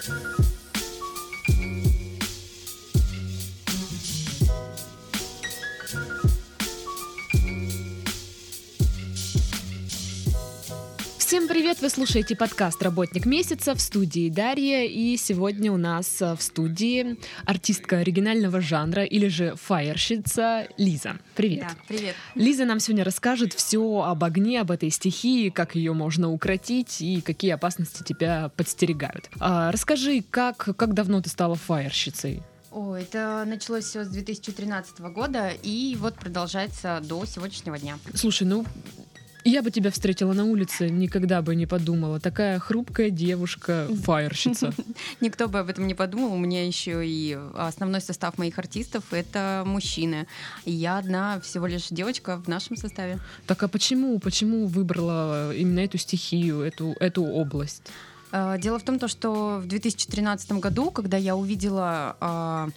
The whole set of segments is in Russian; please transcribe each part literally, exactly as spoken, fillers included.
Всем привет! Вы слушаете подкаст «Работник месяца», в студии Дарья, и сегодня у нас в студии артистка оригинального жанра, или же фаерщица Лиза. Привет! Да, привет! Лиза нам сегодня расскажет все об огне, об этой стихии, как ее можно укротить и какие опасности тебя подстерегают. А, расскажи, как, как давно ты стала фаерщицей? О, это началось все с две тысячи тринадцатого года, и вот продолжается до сегодняшнего дня. Слушай, ну... Я бы тебя встретила на улице, никогда бы не подумала. Такая хрупкая девушка, фаерщица. Никто бы об этом не подумал. У меня еще и основной состав моих артистов — это мужчины. И я одна всего лишь девочка в нашем составе. Так а почему? Почему выбрала именно эту стихию, эту, эту область? Дело в том, что в две тысячи тринадцатом году, когда я увидела...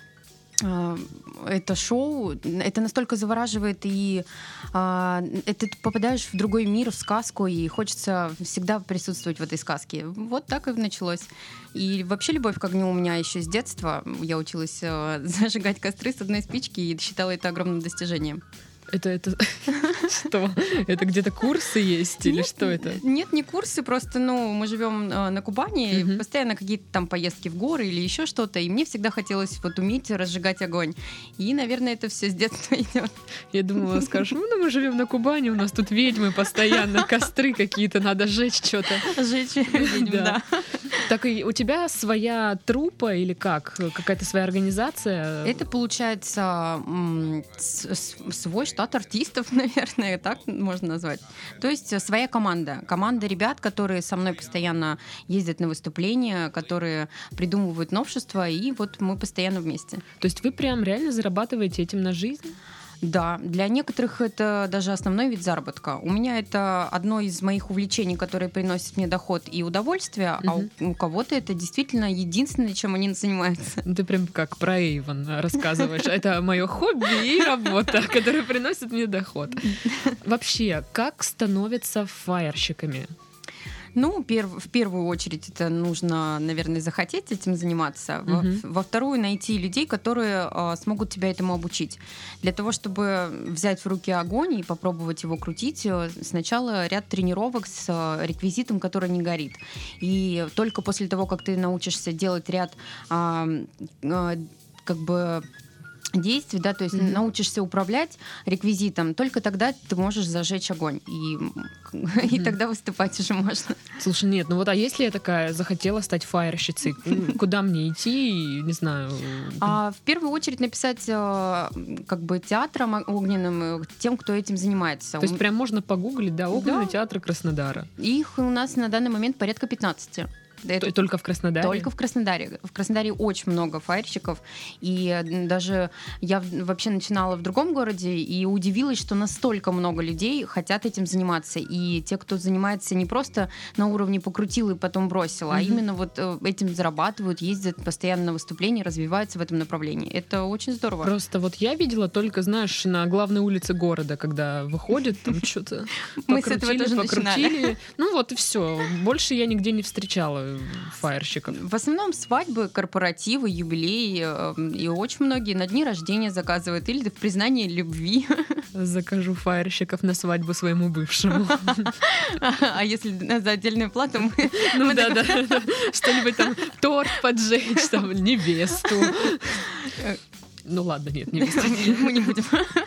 это шоу, это настолько завораживает, и а, это ты попадаешь в другой мир, в сказку, и хочется всегда присутствовать в этой сказке. Вот так и началось. И вообще любовь к огню у меня еще с детства. Я училась а, зажигать костры с одной спички и считала это огромным достижением. Это, это что? Это где-то курсы есть или нет, что это? Нет, не курсы, просто, ну, мы живем э, на Кубани, uh-huh. постоянно какие-то там поездки в горы или еще что-то, и мне всегда хотелось вот уметь разжигать огонь. И, наверное, это все с детства идет. Я думала, скажешь, ну, мы живем на Кубани, у нас тут ведьмы постоянно, костры какие-то, надо жечь что-то. Жечь ведьм, да. Так и у тебя своя труппа или как? Какая-то своя организация? Это, получается, м- с- свой штат артистов, наверное, так можно назвать. То есть своя команда. Команда ребят, которые со мной постоянно ездят на выступления, которые придумывают новшества, и вот мы постоянно вместе. То есть вы прям реально зарабатываете этим на жизнь? Да, для некоторых это даже основной вид заработка. У меня это одно из моих увлечений, которое приносит мне доход и удовольствие, угу. а у, у кого-то это действительно единственное, чем они занимаются. Ты прям как про Эйвон рассказываешь. Это мое хобби и работа, которая приносит мне доход. Вообще, как становятся фаерщиками? Ну, перв, в первую очередь это нужно, наверное, захотеть этим заниматься. Uh-huh. Во, во вторую найти людей, которые э, смогут тебя этому обучить. Для того, чтобы взять в руки огонь и попробовать его крутить, э, сначала ряд тренировок с э, реквизитом, который не горит. И только после того, как ты научишься делать ряд э, э, как бы... действий, да, то есть mm-hmm. научишься управлять реквизитом, только тогда ты можешь зажечь огонь, и, mm-hmm. и тогда выступать уже можно. Слушай, нет, ну вот, а если я такая захотела стать фаерщицей, куда мне идти, не знаю? А, в первую очередь написать как бы театром огненным, тем, кто этим занимается. То есть прям можно погуглить, да, огненный да. театр Краснодара? Их у нас на данный момент порядка пятнадцати. Это только в Краснодаре? Только в Краснодаре. В Краснодаре очень много фаерщиков. И даже я вообще начинала в другом городе и удивилась, что настолько много людей хотят этим заниматься. И те, кто занимается не просто на уровне покрутил и потом бросил, mm-hmm. а именно вот этим зарабатывают, ездят постоянно на выступления, развиваются в этом направлении. Это очень здорово. Просто вот я видела только, знаешь, на главной улице города, когда выходят, там что-то покрутили, покрутили. Ну вот и все. Больше я нигде не встречала фаерщиков. В основном свадьбы, корпоративы, юбилеи, и очень многие на дни рождения заказывают или в признание любви. Закажу фаерщиков на свадьбу своему бывшему. А если за отдельную плату мы... Ну да, да, что-нибудь там, торт поджечь, там, невесту. Ну ладно, нет, невесту. Мы не будем.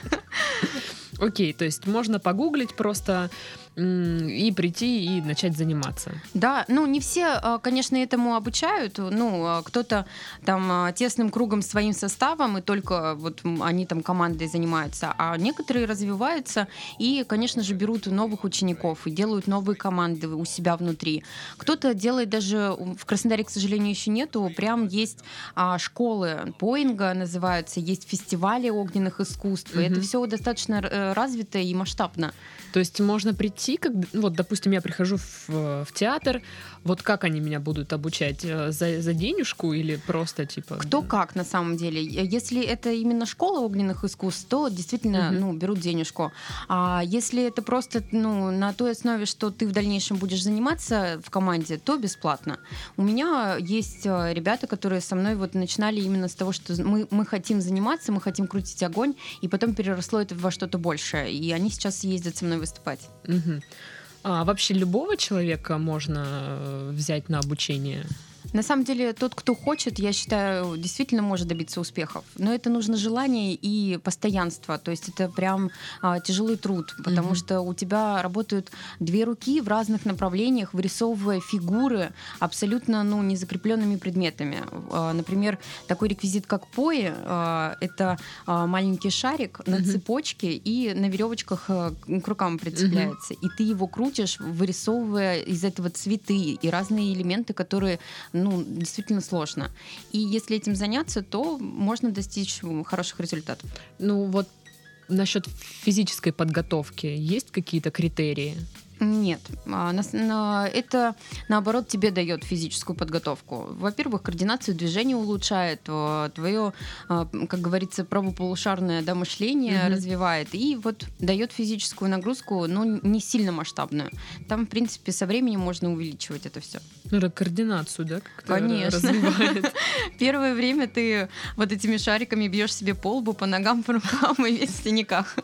Окей, то есть можно погуглить просто и прийти и начать заниматься. Да, ну не все, конечно, этому обучают. Ну, кто-то там тесным кругом своим составом, и только вот они там командой занимаются, а некоторые развиваются и, конечно же, берут новых учеников и делают новые команды у себя внутри. Кто-то делает даже, в Краснодаре, к сожалению, еще нету, прям есть а, школы поинга называются, есть фестивали огненных искусств. Mm-hmm. Это все достаточно развито и масштабно. То есть можно прийти прийти, как, вот, допустим, я прихожу в, в театр, вот как они меня будут обучать? За, за денежку или просто типа... Кто как, на самом деле. Если это именно школа огненных искусств, то действительно, uh-huh. ну, берут денежку. А если это просто, ну, на той основе, что ты в дальнейшем будешь заниматься в команде, то бесплатно. У меня есть ребята, которые со мной вот начинали именно с того, что мы, мы хотим заниматься, мы хотим крутить огонь, и потом переросло это во что-то большее. И они сейчас ездят со мной выступать. Uh-huh. А вообще любого человека можно взять на обучение? На самом деле, тот, кто хочет, я считаю, действительно может добиться успехов. Но это нужно желание и постоянство. То есть это прям а, тяжелый труд, потому mm-hmm. что у тебя работают две руки в разных направлениях, вырисовывая фигуры абсолютно, ну, незакрепленными предметами. А, например, такой реквизит, как пои, а, это а, маленький шарик mm-hmm. на цепочке и на веревочках а, к рукам прицепляется. Mm-hmm. И ты его крутишь, вырисовывая из этого цветы и разные элементы, которые... ну, действительно сложно. И если этим заняться, то можно достичь хороших результатов. Ну вот насчет физической подготовки есть какие-то критерии? Нет. Это, наоборот, тебе дает физическую подготовку. Во-первых, координацию движения улучшает, твое, как говорится, правополушарное, да, мышление mm-hmm. развивает и вот дает физическую нагрузку, но не сильно масштабную. Там, в принципе, со временем можно увеличивать это все. Ну, это координацию, да, как-то Конечно. развивает. Первое время ты вот этими шариками бьешь себе по лбу, по ногам, по рукам и весь в синяках.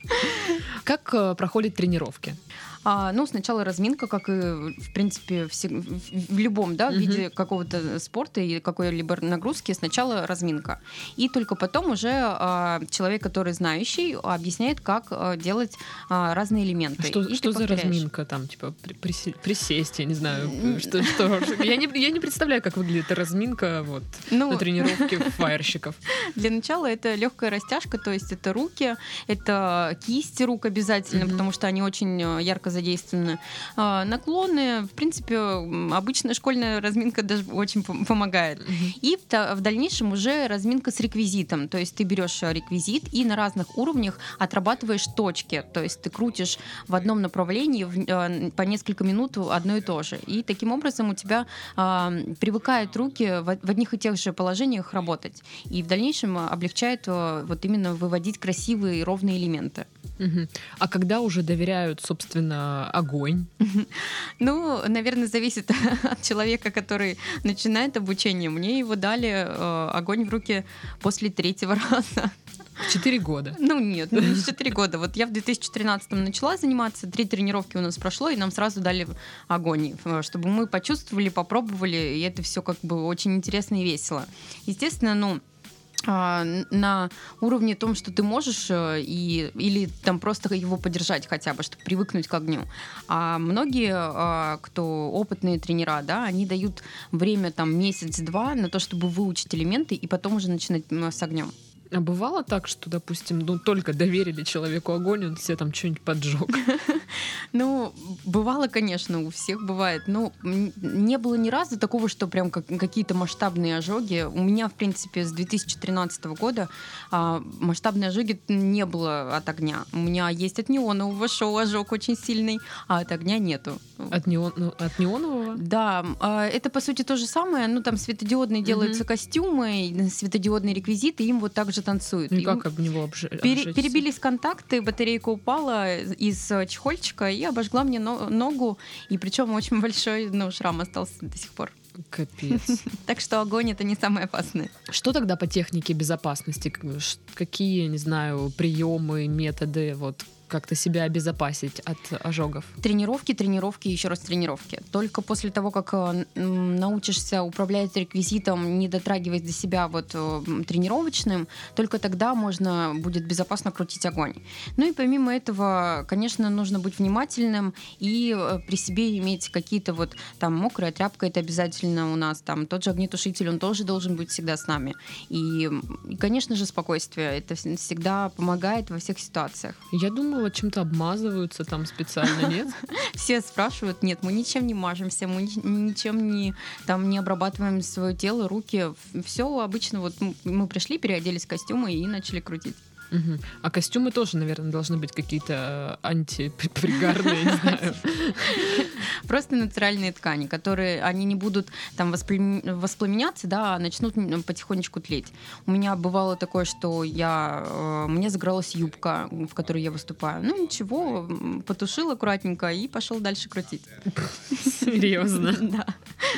Как проходят тренировки? А, ну, сначала разминка, как и, в принципе, в, в любом, да, uh-huh. виде какого-то спорта и какой-либо нагрузки, сначала разминка. И только потом уже а, человек, который знающий, объясняет, как а, делать а, разные элементы. Что, что за разминка? Там, типа, присесть, присесть я не знаю. что, что, я, не, я не представляю, как выглядит разминка вот, ну, на тренировке фаерщиков. Для начала это легкая растяжка, то есть это руки, это кисти рук обязательно, uh-huh. потому что они очень ярко задействованы. А, наклоны, в принципе, обычная школьная разминка даже очень помогает. Mm-hmm. И в, в дальнейшем уже разминка с реквизитом. То есть ты берешь реквизит и на разных уровнях отрабатываешь точки. То есть ты крутишь в одном направлении в, по несколько минут одно и то же. И таким образом у тебя а, привыкают руки в, в одних и тех же положениях работать. И в дальнейшем облегчает а, вот именно выводить красивые и ровные элементы. Mm-hmm. А когда уже доверяют, собственно, огонь? Ну, наверное, зависит от человека, который начинает обучение. Мне его дали э, огонь в руки после третьего раза. Четыре года? Ну нет, не четыре года. Вот я в две тысячи тринадцатом начала заниматься, три тренировки у нас прошло, и нам сразу дали огонь, чтобы мы почувствовали, попробовали, и это все как бы очень интересно и весело. Естественно, ну, на уровне том, что ты можешь и, или там просто его поддержать хотя бы, чтобы привыкнуть к огню. А многие, кто опытные тренера, да, они дают время там месяц-два на то, чтобы выучить элементы и потом уже начинать с огнем. А бывало так, что, допустим, ну, только доверили человеку огонь, он себе там что-нибудь поджег? Ну, бывало, конечно, у всех бывает. Но не было ни разу такого, что прям как, какие-то масштабные ожоги. У меня, в принципе, с две тысячи тринадцатого года а, масштабные ожоги не было от огня. У меня есть от неонового шоу ожог очень сильный, а от огня нету. От, неон, ну, от неонового? Да, а, это, по сути, то же самое. Ну, там светодиодные mm-hmm. делаются костюмы, светодиодные реквизиты, им вот так же танцуют. Ну, как об него обж... Пере- перебились контакты, батарейка упала из чехольчика и обожгла мне но- ногу, и причем очень большой, ну, шрам остался до сих пор. Капец. Так что огонь — это не самое опасное. Что тогда по технике безопасности? Какие, не знаю, приемы, методы, вот, как-то себя обезопасить от ожогов? Тренировки, тренировки, еще раз тренировки. Только после того, как научишься управлять реквизитом, не дотрагиваясь до себя вот тренировочным, только тогда можно будет безопасно крутить огонь. Ну и помимо этого, конечно, нужно быть внимательным и при себе иметь какие-то вот там мокрая тряпка, это обязательно у нас, там тот же огнетушитель, он тоже должен быть всегда с нами. И, и конечно же, спокойствие. Это всегда помогает во всех ситуациях. Я думаю, чем-то обмазываются там специально, нет? Все спрашивают, нет, мы ничем не мажемся, мы ничем не, там, не обрабатываем свое тело, руки. Все обычно, вот мы пришли, переоделись в костюмы и начали крутить. Угу. А костюмы тоже, наверное, должны быть какие-то антипригарные, не знаю. Просто натуральные ткани, которые, они не будут там воспламеняться, да, а начнут потихонечку тлеть. У меня бывало такое, что я, мне загоралась юбка, в которой я выступаю. Ну ничего, потушил аккуратненько и пошел дальше крутить. Серьезно? Да.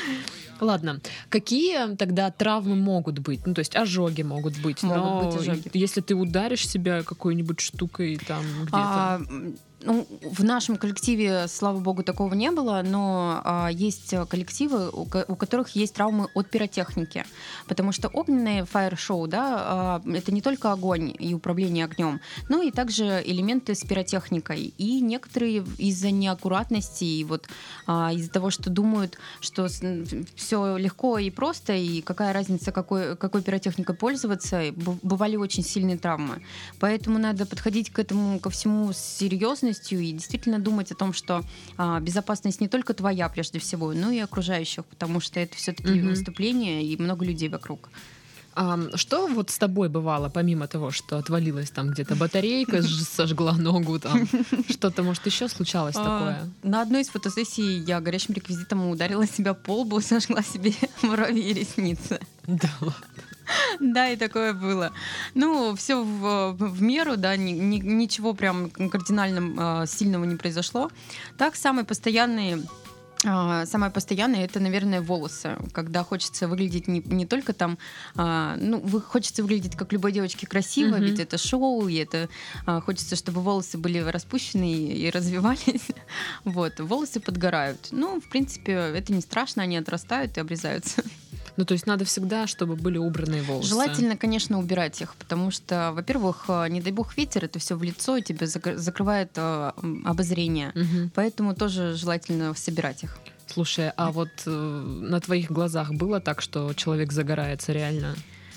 Ладно, какие тогда травмы могут быть? Ну, то есть ожоги могут быть. Могут но быть ожоги. Если ты ударишь себя какой-нибудь штукой там где-то... А, ну, в нашем коллективе, слава богу, такого не было, но а, есть коллективы, у, у которых есть травмы от пиротехники, потому что огненное фаер-шоу, да, а, это не только огонь и управление огнем, но и также элементы с пиротехникой. И некоторые из-за неаккуратности и вот а, из-за того, что думают, что все легко и просто, и какая разница, какой, какой пиротехникой пользоваться, бывали очень сильные травмы. Поэтому надо подходить к этому, ко всему с серьезностью и действительно думать о том, что а, безопасность не только твоя прежде всего, но и окружающих, потому что это все-таки mm-hmm. выступление и много людей вокруг. А что вот с тобой бывало, помимо того, что отвалилась там где-то батарейка, сожгла ногу, там что-то, может, еще случалось такое? На одной из фотосессий я горячим реквизитом ударила себя по лбу, сожгла себе брови и ресницы. Да ладно. Да, и такое было. Ну, все в, в меру, да, ни, ни, ничего прям кардинально э, сильного не произошло. Так, самые постоянные Uh, самое постоянное — это, наверное, волосы. Когда хочется выглядеть не, не только там, uh, ну, вы, хочется выглядеть как любой девочке красиво, mm-hmm. ведь это шоу, и это uh, хочется, чтобы волосы были распущены и, и развивались. Вот, волосы подгорают. Ну, в принципе, это не страшно, они отрастают и обрезаются. Ну, то есть надо всегда, чтобы были убранные волосы. Желательно, конечно, убирать их, потому что, во-первых, не дай бог ветер, это все в лицо, и тебе закрывает э, обозрение. Угу. Поэтому тоже желательно собирать их. Слушай, а вот э, на твоих глазах было так, что человек загорается реально?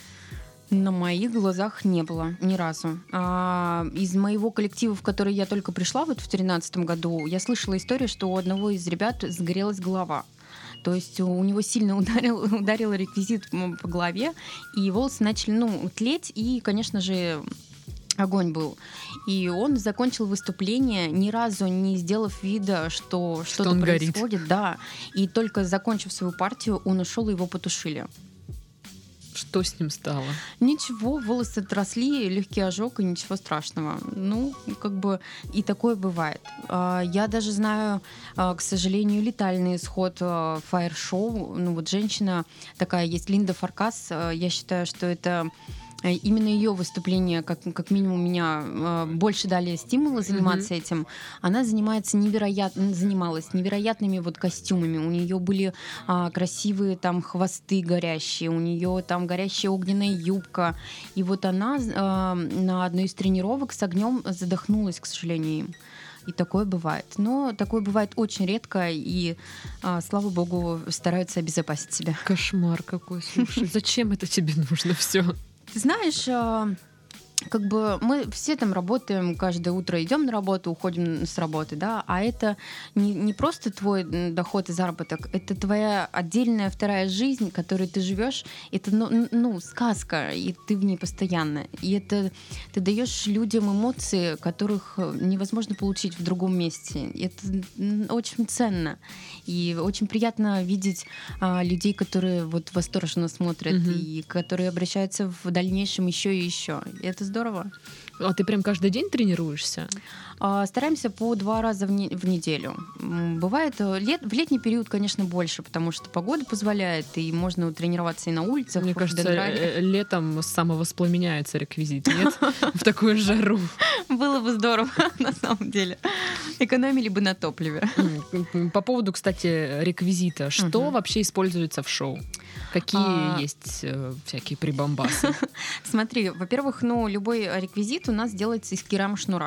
На моих глазах не было ни разу. А, из моего коллектива, в который я только пришла вот в две тысячи тринадцатом году, я слышала историю, что у одного из ребят загорелась голова. То есть у него сильно ударил, ударил реквизит по голове, и волосы начали, ну, тлеть, и, конечно же, огонь был. И он закончил выступление, ни разу не сделав вида, что, что что-то происходит. Горит. Да. И только закончив свою партию, он ушел, и его потушили. Что с ним стало? Ничего, волосы отросли, легкий ожог и ничего страшного. Ну, как бы и такое бывает. Я даже знаю, к сожалению, летальный исход фаер-шоу. Ну вот женщина такая есть, Линда Фаркас. Я считаю, что это именно ее выступление, как, как минимум, меня э, больше дали стимула заниматься mm-hmm. этим. Она занимается невероятно, занималась невероятными вот костюмами. У нее были э, красивые там хвосты горящие, у нее там горящая огненная юбка. И вот она э, на одной из тренировок с огнем задохнулась, к сожалению. И такое бывает. Но такое бывает очень редко, и, а, слава богу, стараются обезопасить себя. Кошмар какой, слушай. Зачем это тебе нужно все? Ты знаешь, как бы мы все там работаем, каждое утро идем на работу, уходим с работы, да, а это не, не просто твой доход и заработок, это твоя отдельная вторая жизнь, которой ты живешь, это, ну, ну, сказка, и ты в ней постоянно, и это ты даешь людям эмоции, которых невозможно получить в другом месте, и это очень ценно, и очень приятно видеть а, людей, которые вот восторженно смотрят, mm-hmm. и которые обращаются в дальнейшем еще и еще, и это здорово. А ты прям каждый день тренируешься? А, стараемся по два раза в, не- в неделю. Бывает лет- в летний период, конечно, больше, потому что погода позволяет, и можно тренироваться и на улицах. Мне кажется, летом самовоспламеняется реквизит, нет? В такую жару. Было бы здорово, на самом деле. Экономили бы на топливе. По поводу, кстати, реквизита. Что вообще используется в шоу? Какие а... есть э, всякие прибамбасы? Смотри, во-первых, ну, любой реквизит у нас делается из керамшнура.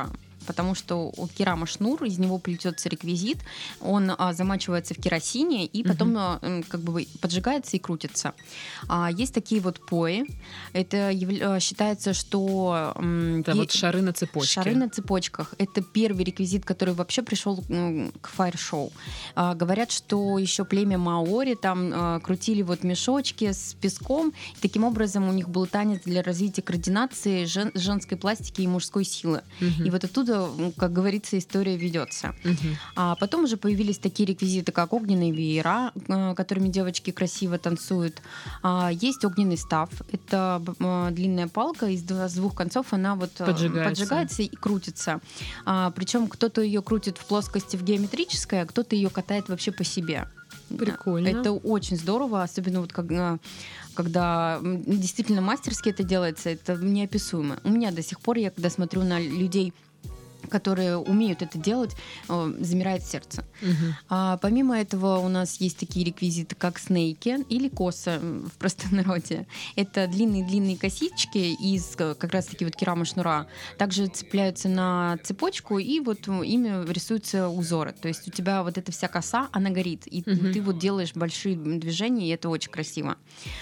потому что у керама шнур, из него плетется реквизит, он а, замачивается в керосине и потом uh-huh. как бы поджигается и крутится. А, есть такие вот пои. Это яв... считается, что... Это пе... вот шары на цепочке. Шары на цепочках. Это первый реквизит, который вообще пришел к фаер-шоу. А, говорят, что еще племя маори там а, крутили вот мешочки с песком. И таким образом у них был танец для развития координации жен... женской пластики и мужской силы. Uh-huh. И вот оттуда, как говорится, история ведется. Uh-huh. А потом уже появились такие реквизиты, как огненные веера, которыми девочки красиво танцуют. А, есть огненный став. Это а, длинная палка, из с двух концов она вот поджигается, поджигается и крутится. А, причем кто-то ее крутит в плоскости в геометрической, а кто-то ее катает вообще по себе. Прикольно. Это очень здорово, особенно вот когда, когда действительно мастерски это делается, это неописуемо. У меня до сих пор, я когда смотрю на людей, которые умеют это делать, замирает сердце. Uh-huh. А помимо этого у нас есть такие реквизиты, как снейки или косы в простонародье. Это длинные-длинные косички из как раз-таки вот керама шнура. Также цепляются на цепочку, и вот ими рисуются узоры. То есть у тебя вот эта вся коса, она горит, и uh-huh. ты вот делаешь большие движения, и это очень красиво.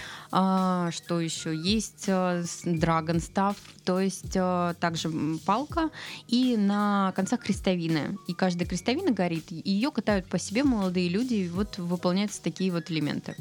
А, что еще? Есть драгон став, то есть а, также палка, и на концах крестовины. И каждая крестовина горит, и ее катают по себе молодые люди, и вот выполняются такие вот элементы.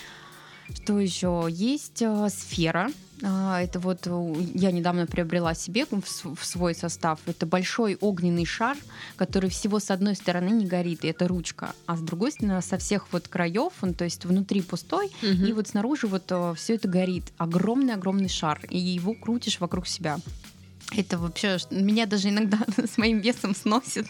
Что еще? Есть а, сфера. А, это вот я недавно приобрела себе в, в свой состав. Это большой огненный шар, который всего с одной стороны не горит, и это ручка, а с другой стороны со всех вот краев, он, то есть внутри пустой, угу. и вот снаружи вот все это горит. Огромный-огромный шар, и его крутишь вокруг себя. Это вообще меня даже иногда с моим весом сносит.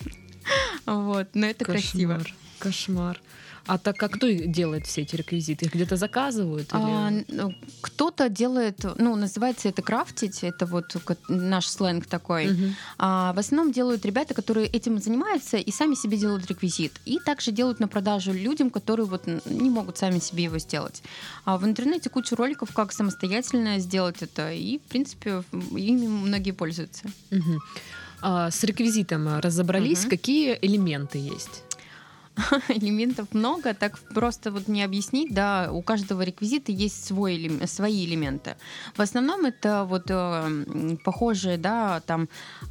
Вот, но это кошмар, красиво. Кошмар. А так как кто делает все эти реквизиты? Их где-то заказывают? Или... А, кто-то делает, ну, называется это крафтить, это вот наш сленг такой. Uh-huh. А, в основном делают ребята, которые этим занимаются и сами себе делают реквизит. И также делают на продажу людям, которые вот не могут сами себе его сделать. А в интернете куча роликов, как самостоятельно сделать это. И, в принципе, ими многие пользуются. Uh-huh. А, с реквизитом разобрались, uh-huh. какие элементы есть? Элементов много, так просто вот не объяснить, да, у каждого реквизита есть свой, свои элементы. В основном это вот э, похожие, да, там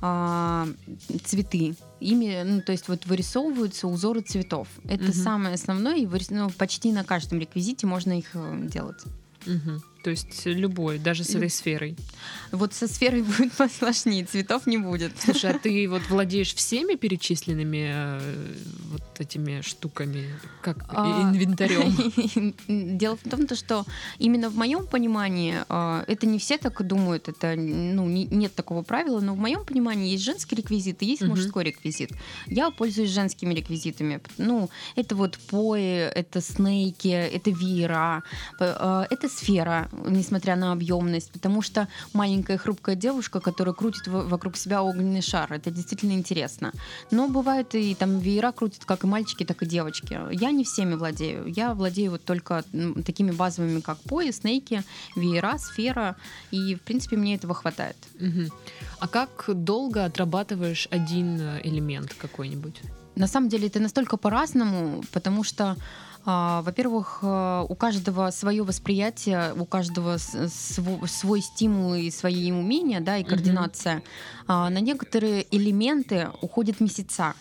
э, цветы. Ими, ну, то есть вот вырисовываются узоры цветов. Это угу. самое основное, и вырис... ну, почти на каждом реквизите можно их делать. Угу. То есть любой, даже с этой сферой. Вот со сферой будет посложнее, цветов не будет. Слушай, а ты вот владеешь всеми перечисленными э, вот этими штуками, как а... инвентарем? Дело в том, что именно в моем понимании, э, это не все так думают, это, ну, не, нет такого правила, но в моем понимании есть женский реквизит и есть uh-huh. мужской реквизит. Я пользуюсь женскими реквизитами. Ну, это вот пои, это снейки, это веера, э, это сфера, несмотря на объемность, потому что маленькая хрупкая девушка, которая крутит в- вокруг себя огненный шар, это действительно интересно. Но бывает и там веера крутят как и мальчики, так и девочки. Я не всеми владею. Я владею вот только такими базовыми, как пояс, снейки, веера, сфера, и в принципе мне этого хватает. Угу. А как долго отрабатываешь один элемент какой-нибудь? На самом деле это настолько по-разному, потому что А, во-первых, у каждого свое восприятие, у каждого свой, свой стимул и свои умения, да, и координация. Mm-hmm. А, на некоторые элементы уходят месяца.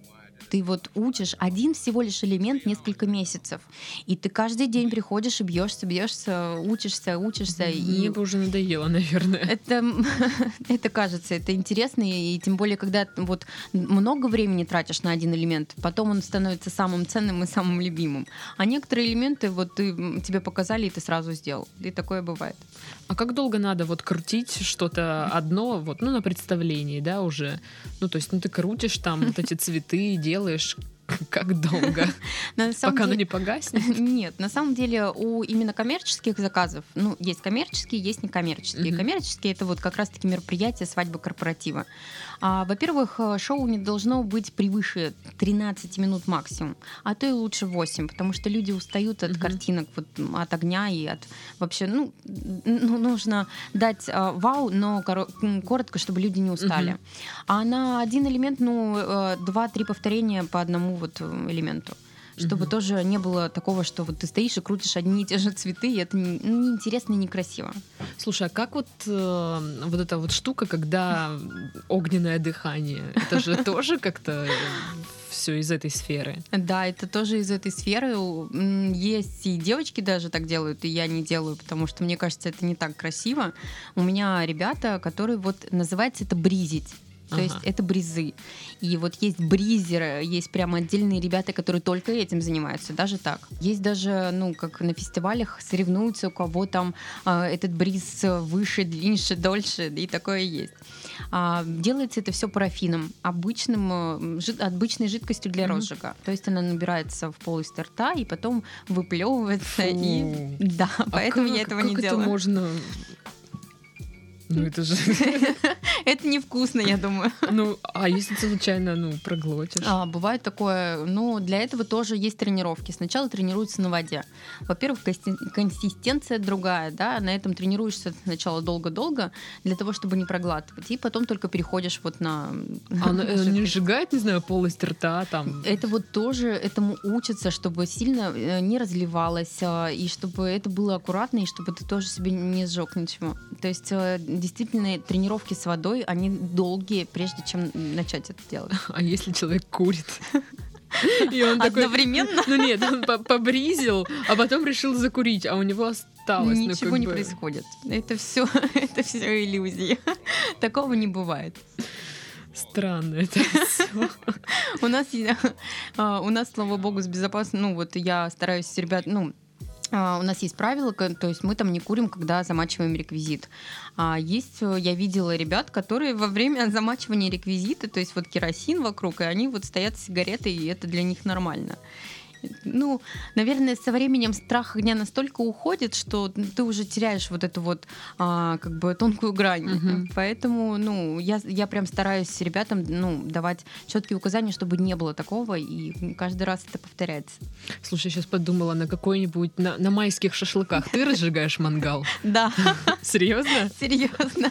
Ты вот учишь один всего лишь элемент несколько месяцев. И ты каждый день приходишь и бьешься, бьешься, учишься, учишься. Мне и... бы уже надоело, наверное. Это, это кажется, это интересно. И тем более, когда вот много времени тратишь на один элемент, потом он становится самым ценным и самым любимым. А некоторые элементы вот ты, тебе показали, и ты сразу сделал. И такое бывает. А как долго надо вот крутить что-то одно, вот, ну, на представлении, да, уже? Ну, то есть, ну, ты крутишь там вот эти цветы, делаешь... Как долго? Пока деле... оно не погаснет? Нет, на самом деле у именно коммерческих заказов, ну, есть коммерческие, есть некоммерческие. Uh-huh. Коммерческие — это вот как раз-таки мероприятия, свадьбы, корпоративы. А, во-первых, шоу не должно быть превыше тринадцать минут максимум, а то и лучше восемь, потому что люди устают от mm-hmm. картинок, вот, от огня и от вообще, ну, ну нужно дать а, вау, но коро- коротко, чтобы люди не устали. Mm-hmm. А на один элемент, ну, два-три повторения по одному вот элементу. Чтобы mm-hmm. тоже не было такого, что вот ты стоишь и крутишь одни и те же цветы, и это неинтересно и некрасиво. Слушай, а как вот, э, вот эта вот штука, когда огненное дыхание, это же тоже как-то все из этой сферы? Да, это тоже из этой сферы. Есть и девочки даже так делают, и я не делаю, потому что мне кажется, это не так красиво. У меня ребята, которые вот называется это бризить. То ага. есть это бризы. И вот есть бризеры, есть прямо отдельные ребята, которые только этим занимаются, даже так. Есть даже, ну, как на фестивалях соревнуются, у кого там э, этот бриз выше, длиннее, дольше, и такое есть. А, делается это все парафином, обычным, жид, обычной жидкостью для mm-hmm. розжига. То есть она набирается в полость рта и потом выплевывается. Фу. И да, а поэтому как, я этого как не это делаю. Можно... Ну, это же... Это невкусно, я думаю. Ну, а если ты случайно, ну, проглотишь? А, бывает такое. Ну, для этого тоже есть тренировки. Сначала тренируются на воде. Во-первых, консистенция другая, да, на этом тренируешься сначала долго-долго для того, чтобы не проглатывать, и потом только переходишь вот на... А она не сжигает, не знаю, полость рта там? Это вот тоже этому учатся, чтобы сильно не разливалось, и чтобы это было аккуратно, и чтобы ты тоже себе не сжег ничего. То есть действительно тренировки с водой, они долгие, прежде чем начать это делать. А если человек курит? И он одновременно? Такой, ну нет, он побризил, а потом решил закурить, а у него осталось. Ничего ну, не бы... происходит. Это все, это все иллюзии. Такого не бывает. Странно это все. У нас, у нас, слава богу, с безопасностью, ну вот я стараюсь, ребят, ну, у нас есть правила, то есть мы там не курим, когда замачиваем реквизит. А есть, я видела ребят, которые во время замачивания реквизита, то есть вот керосин вокруг, и они вот стоят с сигаретой, и это для них нормально. Ну, наверное, со временем страх огня настолько уходит, что ты уже теряешь вот эту вот а, как бы тонкую грань. Uh-huh. Поэтому, ну, я, я прям стараюсь ребятам, ну, давать четкие указания, чтобы не было такого, и каждый раз это повторяется. Слушай, сейчас подумала, на какой-нибудь, на, на майских шашлыках ты разжигаешь мангал? Да. Серьезно? Серьезно.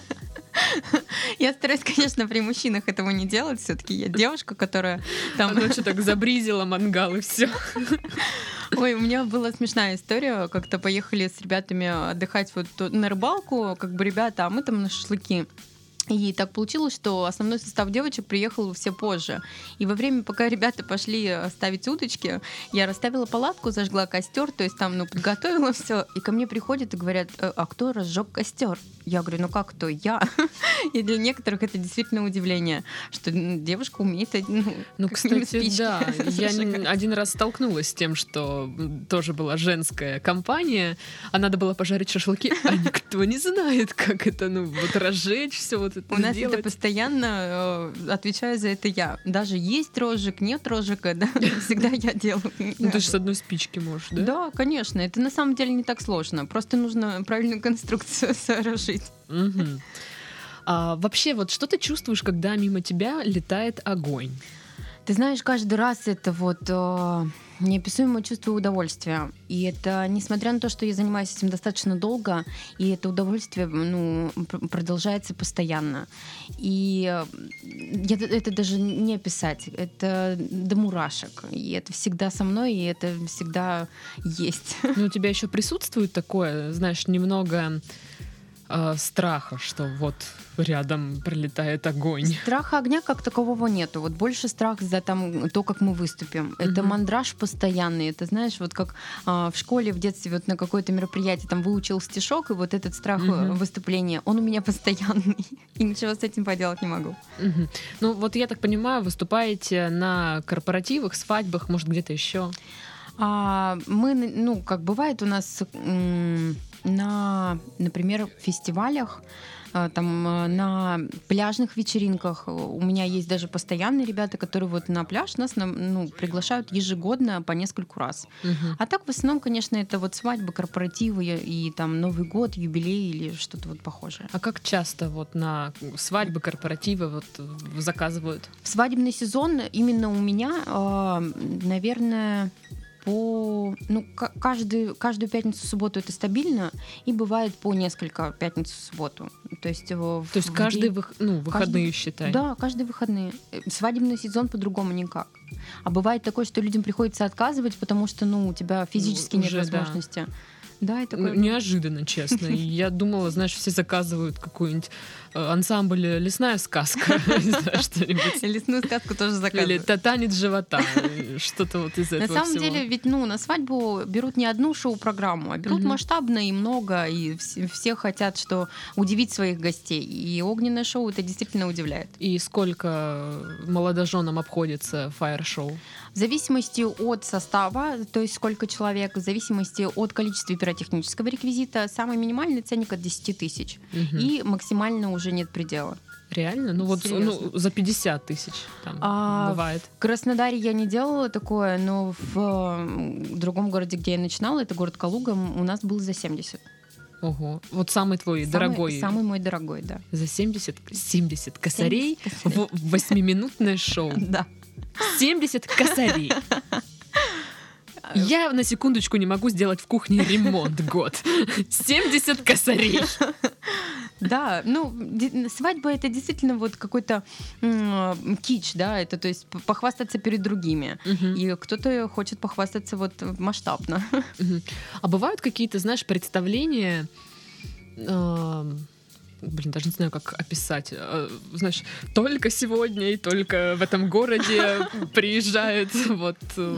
Я стараюсь, конечно, при мужчинах этого не делать. Все-таки я девушка, которая там... А ночью так забризила мангал, и все. Ой, у меня была смешная история. Как-то поехали с ребятами отдыхать вот на рыбалку, как бы ребята, а мы там на шашлыки. И так получилось, что основной состав девочек приехал все позже. И во время, пока ребята пошли ставить удочки, я расставила палатку, зажгла костер, то есть там, ну, подготовила все. И ко мне приходят и говорят: а кто разжег костер? Я говорю: ну как кто? Я. И для некоторых это действительно удивление, что девушка умеет... Ну, ну кстати, да. Я один раз столкнулась с тем, что тоже была женская компания, а надо было пожарить шашлыки, а никто не знает, как это, ну, вот разжечь все вот это. У нас сделать. Это постоянно, э, отвечаю за это я. Даже есть розжиг, нет розжига, да, всегда я делаю. Ну ты же с одной спички можешь, да? Да, конечно. Это на самом деле не так сложно. Просто нужно правильную конструкцию сооружить. Угу. А, вообще, вот что ты чувствуешь, когда мимо тебя летает огонь? Ты знаешь, каждый раз это вот э, неописуемое чувство удовольствия. И это несмотря на то, что я занимаюсь этим достаточно долго, и это удовольствие, ну, пр- продолжается постоянно. И я, это даже не описать. Это до мурашек. И это всегда со мной, и это всегда есть. Ну, у тебя еще присутствует такое, знаешь, немного... страха, что вот рядом пролетает огонь. Страха огня как такового нету. Вот больше страх за там, то, как мы выступим. Mm-hmm. Это мандраж постоянный. Это, знаешь, вот как а, в школе в детстве вот на какое-то мероприятие там выучил стишок, и вот этот страх mm-hmm. выступления, он у меня постоянный. И ничего с этим поделать не могу. Mm-hmm. Ну вот я так понимаю, выступаете на корпоративах, свадьбах, может где-то еще? А, мы, ну, как бывает у нас м- на, например, фестивалях, там на пляжных вечеринках. У меня есть даже постоянные ребята, которые вот на пляж нас, ну, приглашают ежегодно по нескольку раз. Угу. А так в основном, конечно, это вот свадьбы, корпоративы и там Новый год, юбилей или что-то вот похожее. А как часто вот на свадьбы, корпоративы вот заказывают? В свадебный сезон именно у меня, наверное, по ну, каждый, каждую пятницу, субботу это стабильно, и бывает по несколько пятницу, субботу. То есть, То есть в каждый день... вых... ну, выходные, каждый... считай. Да, каждые выходные. Свадебный сезон по-другому никак. А бывает такое, что людям приходится отказывать, потому что ну, у тебя физически ну, нет возможности. Да. Да, это такое... Неожиданно, честно. Я думала, знаешь, все заказывают какой-нибудь ансамбль «Лесная сказка». Что-нибудь. Лесную сказку тоже заказывают. Или «Танец живота». Что-то вот из этого всего. На самом всего. деле, ведь ну, на свадьбу берут не одну шоу-программу, а берут угу. масштабно и много, и все, все хотят что удивить своих гостей. И огненное шоу это действительно удивляет. И сколько молодоженам обходится фаер-шоу? В зависимости от состава, то есть сколько человек, в зависимости от количества пиротехнического реквизита, самый минимальный ценник от десять тысяч. Угу. И максимально уже нет предела. Реально? Ну вот ну, за пятьдесят тысяч там а, бывает. В Краснодаре я не делала такое, но в другом городе, где я начинала, это город Калуга, у нас был за семьдесят. Ого. Вот самый твой самый, дорогой. Самый мой дорогой, да. За семьдесят, семьдесят косарей в восьмиминутное шоу. Да. семьдесят косарей. Я на секундочку не могу сделать в кухне ремонт год. семьдесят косарей. Да, ну, свадьба это действительно вот какой-то м- кич, да, это то есть похвастаться перед другими. Uh-huh. И кто-то хочет похвастаться вот масштабно. Uh-huh. А бывают какие-то, знаешь, представления... Э- Блин, даже не знаю, как описать. Знаешь, только сегодня и только в этом городе приезжают вот...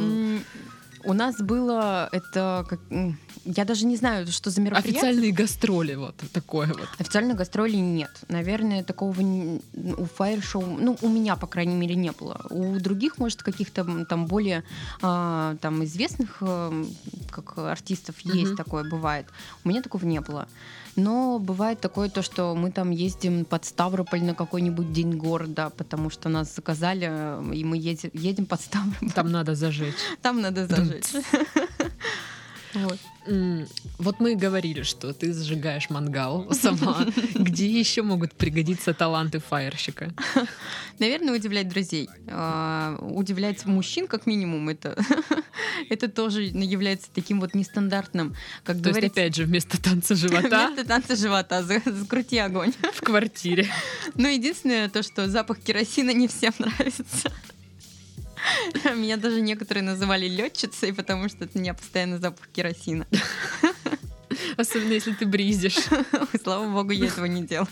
У нас было это... Как, я даже не знаю, что за мероприятие. Официальные гастроли, вот такое вот. Официальных гастролей нет. Наверное, такого не, у фаер-шоу, ну, у меня, по крайней мере, не было. У других, может, каких-то там более а, там известных а, как артистов mm-hmm. есть такое, бывает. У меня такого не было. Но бывает такое то, что мы там ездим под Ставрополь на какой-нибудь день города, потому что нас заказали, и мы едем, едем под Ставрополь. Там надо зажечь. Там надо зажечь. Вот. Вот мы и говорили, что ты зажигаешь мангал сама. Где еще могут пригодиться таланты фаерщика? Наверное, удивлять друзей. Удивлять мужчин, как минимум, это, это тоже является таким вот нестандартным. Как То есть, опять же, вместо танца живота... Вместо танца живота. Закрути огонь. В квартире. Ну, единственное, то, что запах керосина не всем нравится. Меня даже некоторые называли летчицей, потому что от меня постоянно запах керосина. Особенно если ты бризишь. Слава богу, я этого не делаю.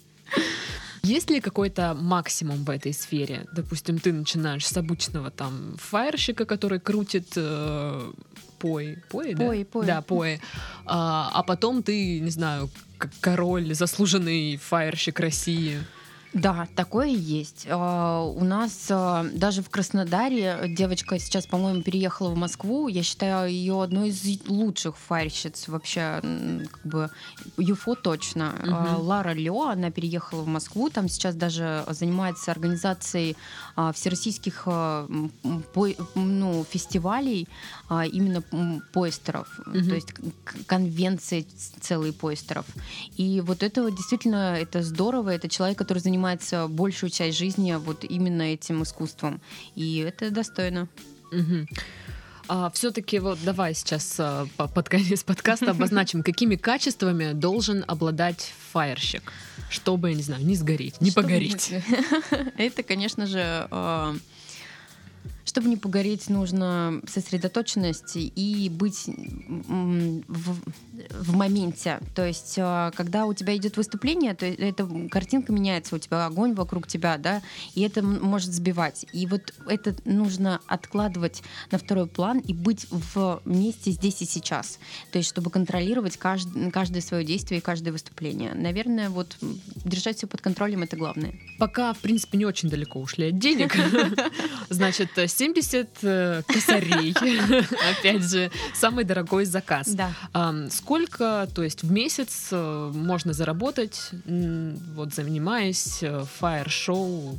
Есть ли какой-то максимум в этой сфере? Допустим, ты начинаешь с обычного там фаерщика, который крутит э, пои, пои, пои, да? пои. Да, пои. А, а потом ты, не знаю, как король, заслуженный фаерщик России. Да, такое есть. У нас даже в Краснодаре девочка сейчас, по-моему, переехала в Москву. Я считаю ее одной из лучших фаерщиц вообще, как бы ЮФО точно. Uh-huh. Лара Лё, она переехала в Москву, там сейчас даже занимается организацией всероссийских ну, фестивалей именно поистеров, uh-huh. то есть конвенции целые поистеров. И вот это действительно это здорово. Это человек, который занимается большую часть жизни вот именно этим искусством. И это достойно. Угу. А, все-таки вот давай сейчас а, под конец подкаста обозначим, какими качествами должен обладать фаерщик, чтобы, я не знаю, не сгореть, не чтобы погореть. Это, конечно же... Чтобы не погореть, нужно сосредоточенность и быть в, в моменте. То есть, когда у тебя идет выступление, то эта картинка меняется, у тебя огонь вокруг тебя, да, и это может сбивать. И вот это нужно откладывать на второй план и быть в месте здесь и сейчас. То есть, чтобы контролировать каждое, каждое свое действие и каждое выступление. Наверное, вот держать все под контролем — это главное. Пока, в принципе, не очень далеко ушли от денег. Значит, семьдесят косарей. Опять же, самый дорогой заказ. Да. Сколько, то есть в месяц можно заработать, вот занимаясь фаер-шоу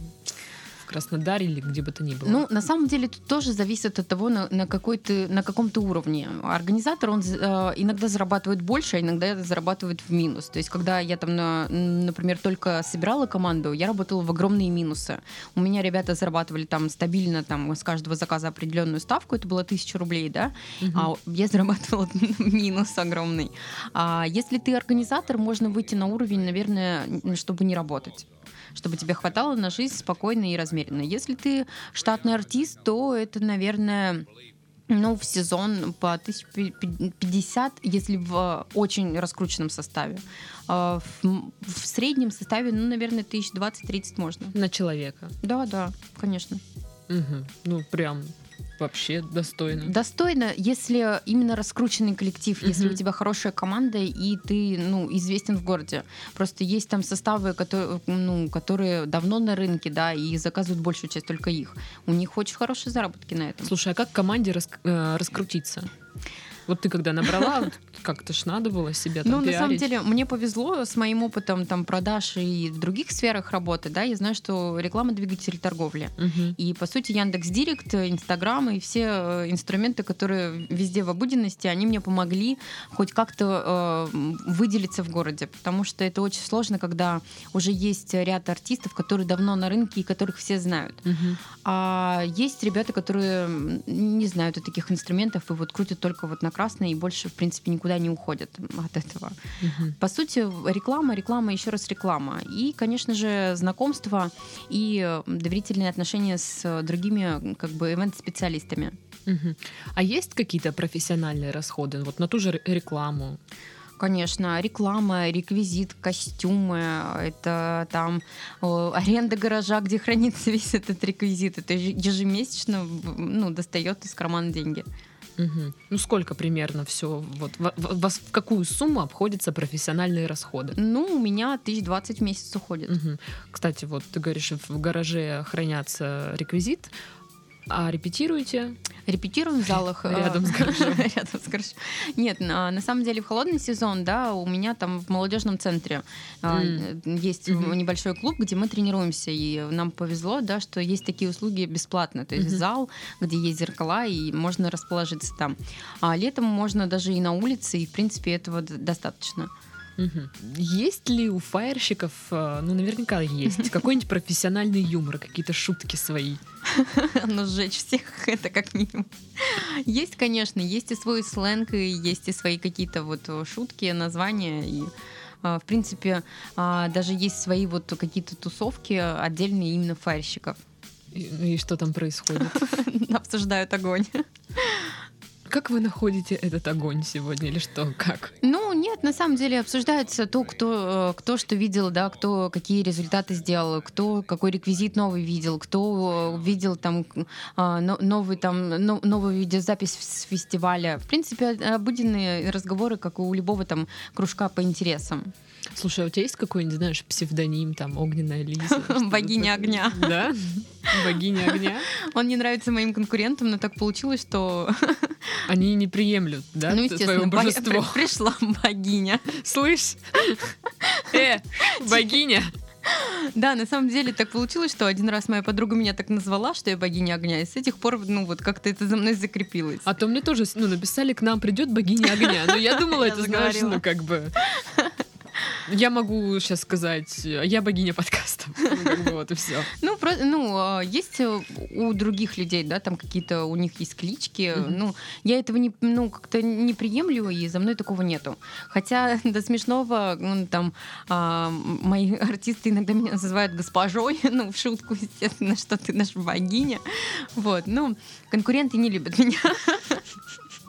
в Краснодаре или где бы то ни было? Ну, на самом деле, тут тоже зависит от того, на, на, какой ты, на каком ты уровне. Организатор, он э, иногда зарабатывает больше, а иногда зарабатывает в минус. То есть, когда я там, на, например, только собирала команду, я работала в огромные минусы. У меня ребята зарабатывали там стабильно там, с каждого заказа определенную ставку, это было тысяча рублей, да, угу. А я зарабатывала минус огромный. А если ты организатор, можно выйти на уровень, наверное, чтобы не работать, чтобы тебе хватало на жизнь спокойно и размеренно. Если ты штатный артист, то это, наверное, ну, в сезон по тысяча пятьдесят, если в очень раскрученном составе. В, в среднем составе, ну, наверное, тысяч двадцать-тридцать можно. На человека? Да, да, конечно. Угу. Ну, прям... Вообще достойно. Достойно, если именно раскрученный коллектив, uh-huh. если у тебя хорошая команда и ты, ну, известен в городе. Просто есть там составы, которые, ну, которые давно на рынке, да, и заказывают большую часть только их. У них очень хорошие заработки на этом. Слушай, а как команде рас- э, раскрутиться? Вот ты когда набрала, как-то ж надо было себя там Ну, пиарить. на самом деле, мне повезло с моим опытом там продаж и в других сферах работы, да, я знаю, что реклама — двигатель торговли. Uh-huh. И, по сути, Яндекс.Директ, Инстаграм и все инструменты, которые везде в обыденности, они мне помогли хоть как-то э, выделиться в городе, потому что это очень сложно, когда уже есть ряд артистов, которые давно на рынке и которых все знают. Uh-huh. А есть ребята, которые не знают о таких инструментах и вот крутят только вот на красное и больше, в принципе, никуда не уходят от этого. Uh-huh. По сути, реклама, реклама, еще раз реклама. И, конечно же, знакомство и доверительные отношения с другими как бы ивент-специалистами. Uh-huh. А есть какие-то профессиональные расходы вот на ту же рекламу? Конечно, реклама, реквизит, костюмы, это там о, аренда гаража, где хранится весь этот реквизит. Это ежемесячно, ну, достает из кармана деньги. Угу. Ну, сколько примерно все? Вот, в, в, в какую сумму обходятся профессиональные расходы? Ну, у меня тысяч двадцать в месяц уходит. Угу. Кстати, вот ты говоришь, в гараже хранятся реквизит, а репетируете? Репетируем в залах. Рядом с гаражом. Рядом с гаражом. Нет, на, на самом деле в холодный сезон, да, у меня там в молодежном центре mm. есть mm-hmm. небольшой клуб, где мы тренируемся, и нам повезло, да, что есть такие услуги бесплатно, то есть mm-hmm. зал, где есть зеркала, и можно расположиться там. А летом можно даже и на улице, и в принципе этого достаточно. Угу. Есть ли у фаерщиков, ну, наверняка есть, какой-нибудь профессиональный юмор, какие-то шутки свои? Ну, сжечь всех, это как минимум. Есть, конечно, есть и свой сленг, и есть и свои какие-то вот шутки, названия, и в принципе даже есть свои вот какие-то тусовки отдельные именно фаерщиков. И, и что там происходит? Обсуждают огонь. Как вы находите этот огонь сегодня или что, как? Ну, нет, на самом деле обсуждается то, кто, кто что видел, да, кто какие результаты сделал, кто какой реквизит новый видел, кто видел там новый, там, новую видеозапись с фестиваля. В принципе, обыденные разговоры, как у любого там кружка по интересам. Слушай, а у тебя есть какой-нибудь, знаешь, псевдоним, там, Огненная Лиза? Богиня огня. Да? Богиня огня? Он не нравится моим конкурентам, но так получилось, что... Они не приемлют, да, ну, твое божество? Бо... Пришла богиня. Слышь? Э, богиня! Да, на самом деле так получилось, что один раз моя подруга меня так назвала, что я богиня огня, и с этих пор, ну, вот как-то это за мной закрепилось. А то мне тоже, ну, написали, к нам придет богиня огня, но я думала, это, знаешь, ну, как бы... Я могу сейчас сказать, я богиня подкаста. Ну, как бы вот и все. Ну, про, ну, есть у других людей, да, там какие-то у них есть клички. Mm-hmm. Ну, я этого не, ну, как-то не приемлю, и за мной такого нету. Хотя до смешного, ну, там, а, мои артисты иногда меня называют госпожой, ну, в шутку, естественно, что ты наша богиня. Вот, ну, конкуренты не любят меня.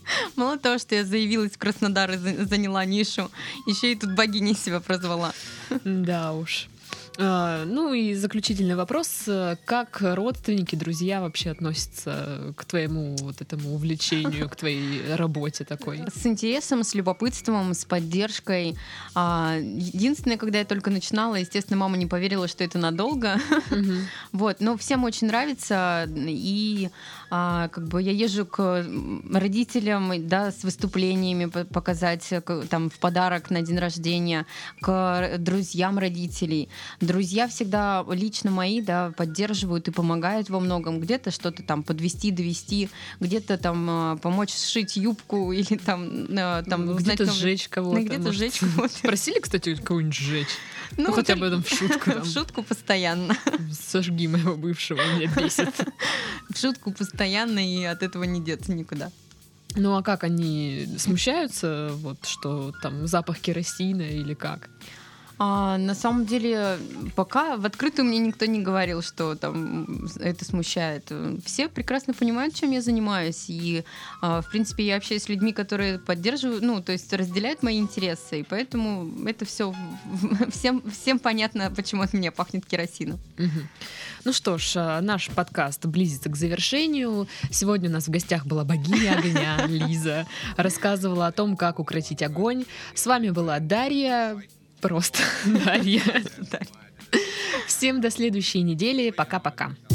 Мало того, что я заявилась в Краснодар и заняла нишу, еще и тут богиней себя прозвала. Да уж. А, ну и заключительный вопрос. Как родственники, друзья вообще относятся к твоему вот этому увлечению, к твоей работе такой? С интересом, с любопытством, с поддержкой. А, единственное, когда я только начинала, естественно, мама не поверила, что это надолго. Угу. Вот, но всем очень нравится. И а, как бы я езжу к родителям, да, с выступлениями показать там в подарок на день рождения, к друзьям родителей. Друзья всегда лично мои, да, поддерживают и помогают во многом. Где-то что-то там подвести, довести, где-то там помочь сшить юбку или там... там ну, где-то новый... сжечь кого-то. Где-то может. сжечь кого-то. Просили, кстати, кого-нибудь сжечь? Ну, ну хотя бы там в шутку. Там. В шутку постоянно. Сожги моего бывшего, меня бесит. В шутку постоянно, и от этого не деться никуда. Ну а как они смущаются, вот что там запах керосина или как? А, на самом деле, пока в открытую мне никто не говорил, что там это смущает. Все прекрасно понимают, чем я занимаюсь. И, а, в принципе, я общаюсь с людьми, которые поддерживают, ну, то есть разделяют мои интересы. И поэтому это все всем, всем понятно, почему от меня пахнет керосином. Угу. Ну что ж, наш подкаст близится к завершению. Сегодня у нас в гостях была богиня огня Лиза. Рассказывала о том, как укротить огонь. С вами была Дарья. Просто Дарья. Всем до следующей недели. Пока-пока.